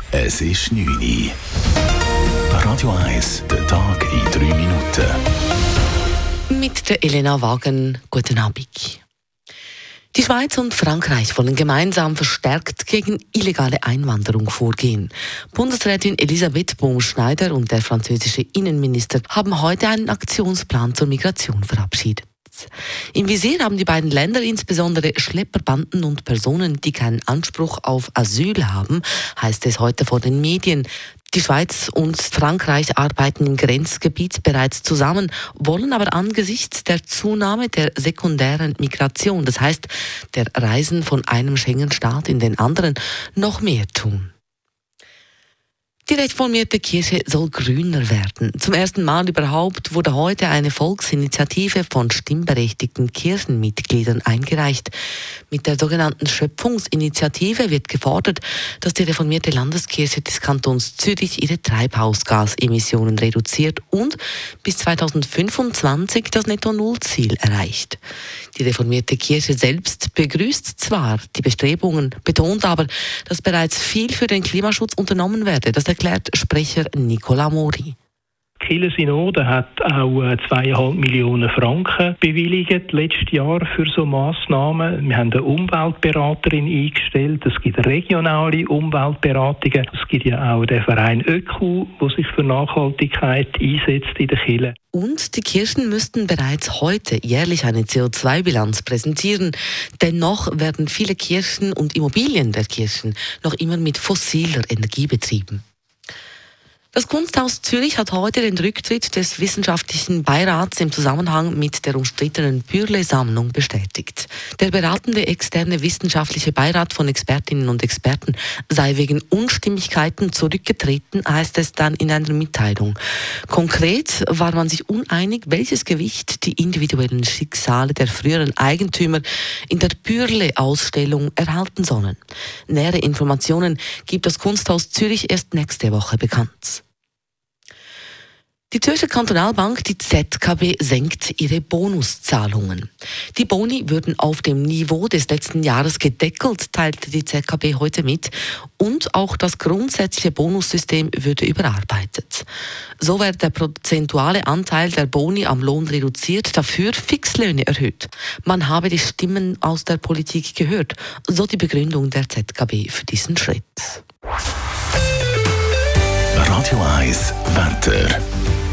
Es ist 9 Uhr. Radio 1, der Tag in 3 Minuten. Mit der Elena Wagen, guten Abend. Die Schweiz und Frankreich wollen gemeinsam verstärkt gegen illegale Einwanderung vorgehen. Bundesrätin Elisabeth Baumschneider und der französische Innenminister haben heute einen Aktionsplan zur Migration verabschiedet. Im Visier haben die beiden Länder insbesondere Schlepperbanden und Personen, die keinen Anspruch auf Asyl haben, heißt es heute vor den Medien. Die Schweiz und Frankreich arbeiten im Grenzgebiet bereits zusammen, wollen aber angesichts der Zunahme der sekundären Migration, das heißt der Reisen von einem Schengen-Staat in den anderen, noch mehr tun. Die reformierte Kirche soll grüner werden. Zum ersten Mal überhaupt wurde heute eine Volksinitiative von stimmberechtigten Kirchenmitgliedern eingereicht. Mit der sogenannten Schöpfungsinitiative wird gefordert, dass die reformierte Landeskirche des Kantons Zürich ihre Treibhausgasemissionen reduziert und bis 2025 das Netto-Null-Ziel erreicht. Die reformierte Kirche selbst begrüßt zwar die Bestrebungen, betont aber, dass bereits viel für den Klimaschutz unternommen werde. Das erklärt Sprecher Nicola Mori. Die Kirchensynode hat auch 2,5 Millionen Franken bewilligt letztes Jahr für so Massnahmen. Wir haben eine Umweltberaterin eingestellt. Es gibt regionale Umweltberatungen. Es gibt ja auch den Verein ÖKU, der sich für Nachhaltigkeit einsetzt in der Kirche. Und die Kirchen müssten bereits heute jährlich eine CO2-Bilanz präsentieren. Dennoch werden viele Kirchen und Immobilien der Kirchen noch immer mit fossiler Energie betrieben. Das Kunsthaus Zürich hat heute den Rücktritt des wissenschaftlichen Beirats im Zusammenhang mit der umstrittenen Bürle-Sammlung bestätigt. Der beratende externe wissenschaftliche Beirat von Expertinnen und Experten sei wegen Unstimmigkeiten zurückgetreten, heißt es dann in einer Mitteilung. Konkret war man sich uneinig, welches Gewicht die individuellen Schicksale der früheren Eigentümer in der Bürle-Ausstellung erhalten sollen. Nähere Informationen gibt das Kunsthaus Zürich erst nächste Woche bekannt. Die Zürcher Kantonalbank, die ZKB, senkt ihre Bonuszahlungen. Die Boni würden auf dem Niveau des letzten Jahres gedeckelt, teilte die ZKB heute mit. Und auch das grundsätzliche Bonussystem würde überarbeitet. So werde der prozentuale Anteil der Boni am Lohn reduziert, dafür Fixlöhne erhöht. Man habe die Stimmen aus der Politik gehört, so die Begründung der ZKB für diesen Schritt. Radio 1, Wetter.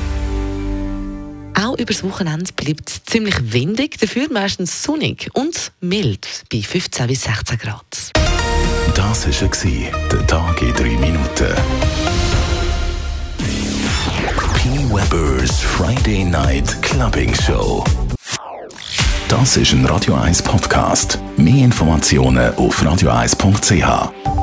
Auch übers Wochenende bleibt es ziemlich windig, dafür meistens sonnig und mild bei 15 bis 16 Grad. Das war der Tag in 3 Minuten. P. Weber's Friday Night Clubbing Show. Das ist ein Radio 1 Podcast. Mehr Informationen auf radio1.ch.